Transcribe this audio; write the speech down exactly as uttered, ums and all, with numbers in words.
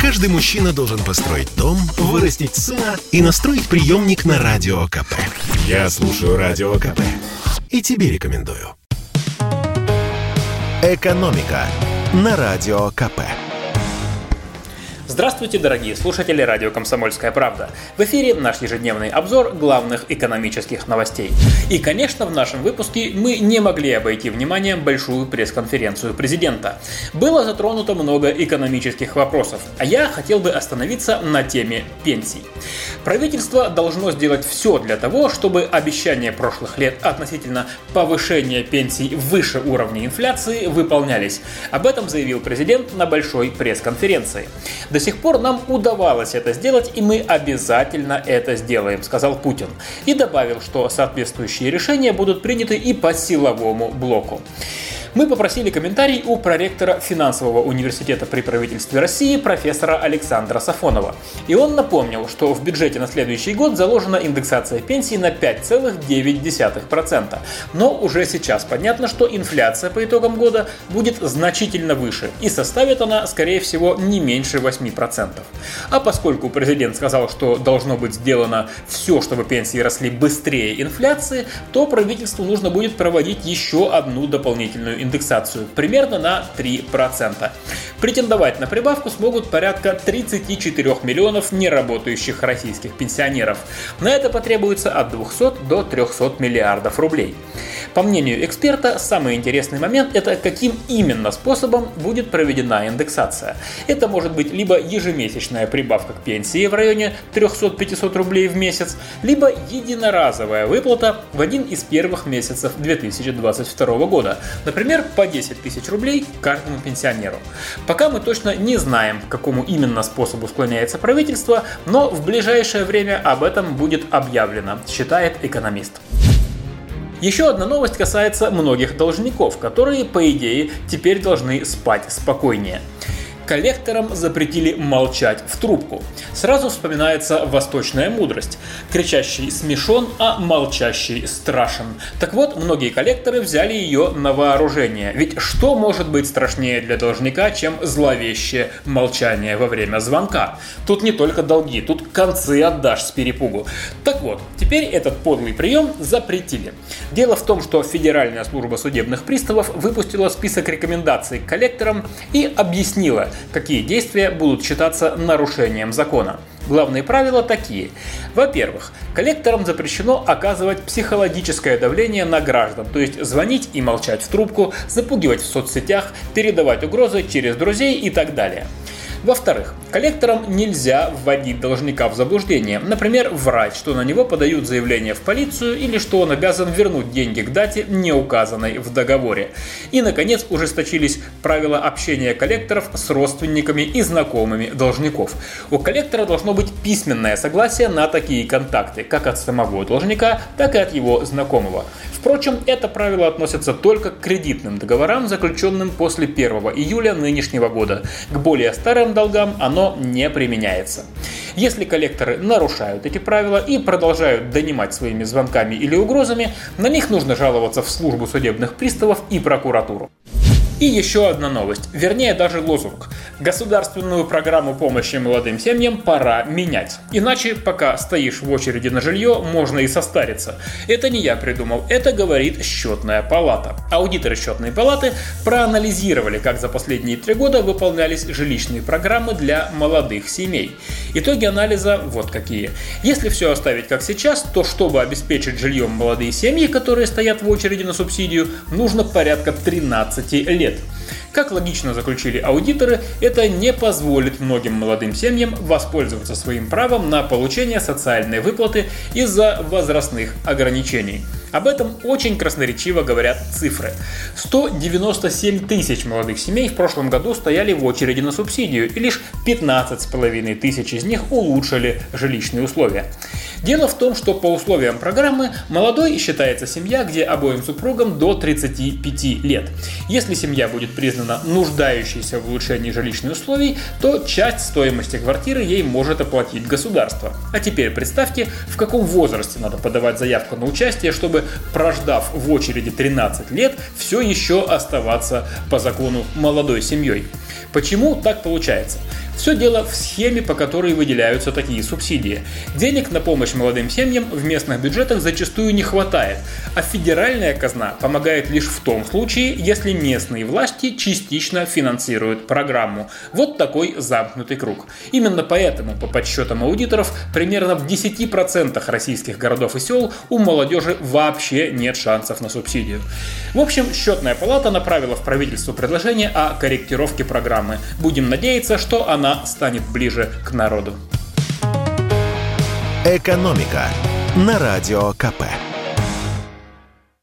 Каждый мужчина должен построить дом, вырастить сына и настроить приемник на Радио КП. Я слушаю Радио КП и тебе рекомендую. «Экономика» на Радио КП. Здравствуйте, дорогие слушатели радио «Комсомольская правда». В эфире наш ежедневный обзор главных экономических новостей. И, конечно, в нашем выпуске мы не могли обойти вниманием большую пресс-конференцию президента. Было затронуто много экономических вопросов, а я хотел бы остановиться на теме пенсий. Правительство должно сделать все для того, чтобы обещания прошлых лет относительно повышения пенсий выше уровня инфляции выполнялись. Об этом заявил президент на большой пресс-конференции. До сих пор нам удавалось это сделать, и мы обязательно это сделаем, сказал Путин. И добавил, что соответствующие решения будут приняты и по силовому блоку. Мы попросили комментарий у проректора финансового университета при правительстве России профессора Александра Сафонова. И он напомнил, что в бюджете на следующий год заложена индексация пенсий на пять целых девять десятых процента. Но уже сейчас понятно, что инфляция по итогам года будет значительно выше, и составит она, скорее всего, не меньше восемь процентов. А поскольку президент сказал, что должно быть сделано все, чтобы пенсии росли быстрее инфляции, то правительству нужно будет проводить еще одну дополнительную индексацию, примерно на три процента. Претендовать на прибавку смогут порядка тридцать четыре миллионов неработающих российских пенсионеров. На это потребуется от двухсот до трехсот миллиардов рублей. По мнению эксперта, самый интересный момент – это каким именно способом будет проведена индексация. Это может быть либо ежемесячная прибавка к пенсии в районе триста-пятьсот рублей в месяц, либо единоразовая выплата в один из первых месяцев две тысячи двадцать второго года, например, по десять тысяч рублей каждому пенсионеру. Пока мы точно не знаем, к какому именно способу склоняется правительство, но в ближайшее время об этом будет объявлено, считает экономист. Еще одна новость касается многих должников, которые, по идее, теперь должны спать спокойнее. Коллекторам запретили молчать в трубку. Сразу вспоминается восточная мудрость. Кричащий смешон, а молчащий страшен. Так вот, многие коллекторы взяли ее на вооружение. Ведь что может быть страшнее для должника, чем зловещее молчание во время звонка? Тут не только долги, тут концы отдашь с перепугу. Так вот, теперь этот подлый прием запретили. Дело в том, что Федеральная служба судебных приставов выпустила список рекомендаций к коллекторам и объяснила, какие действия будут считаться нарушением закона. Главные правила такие. Во-первых, коллекторам запрещено оказывать психологическое давление на граждан, то есть звонить и молчать в трубку, запугивать в соцсетях, передавать угрозы через друзей и так далее. Во-вторых, коллекторам нельзя вводить должника в заблуждение, например, врать, что на него подают заявление в полицию или что он обязан вернуть деньги к дате, не указанной в договоре. И, наконец, ужесточились правила общения коллекторов с родственниками и знакомыми должников. У коллектора должно быть письменное согласие на такие контакты, как от самого должника, так и от его знакомого. Впрочем, это правило относится только к кредитным договорам, заключенным после первого июля нынешнего года. К более старым долгам оно не применяется. Если коллекторы нарушают эти правила и продолжают донимать своими звонками или угрозами, на них нужно жаловаться в службу судебных приставов и прокуратуру. И еще одна новость, вернее даже лозунг. Государственную программу помощи молодым семьям пора менять. Иначе, пока стоишь в очереди на жилье, можно и состариться. Это не я придумал, это говорит Счетная палата. Аудиторы Счетной палаты проанализировали, как за последние три года выполнялись жилищные программы для молодых семей. Итоги анализа вот какие. Если все оставить как сейчас, то чтобы обеспечить жильем молодые семьи, которые стоят в очереди на субсидию, нужно порядка тринадцать лет. Как логично заключили аудиторы, это не позволит многим молодым семьям воспользоваться своим правом на получение социальной выплаты из-за возрастных ограничений. Об этом очень красноречиво говорят цифры. сто девяносто семь тысяч молодых семей в прошлом году стояли в очереди на субсидию, и лишь пятнадцать с половиной тысяч из них улучшили жилищные условия. Дело в том, что по условиям программы молодой считается семья, где обоим супругам до тридцати пяти лет. Если семья будет признана нуждающейся в улучшении жилищных условий, то часть стоимости квартиры ей может оплатить государство. А теперь представьте, в каком возрасте надо подавать заявку на участие, чтобы, прождав в очереди тринадцать лет, все еще оставаться по закону молодой семьей. Почему так получается? Все дело в схеме, по которой выделяются такие субсидии. Денег на помощь молодым семьям в местных бюджетах зачастую не хватает, а федеральная казна помогает лишь в том случае, если местные власти частично финансируют программу. Вот такой замкнутый круг. Именно поэтому, по подсчетам аудиторов, примерно в десяти процентах российских городов и сел у молодежи вообще нет шансов на субсидию. В общем, Счетная палата направила в правительство предложение о корректировке программы. Будем надеяться, что она станет ближе к народу. Экономика на Радио ка пэ.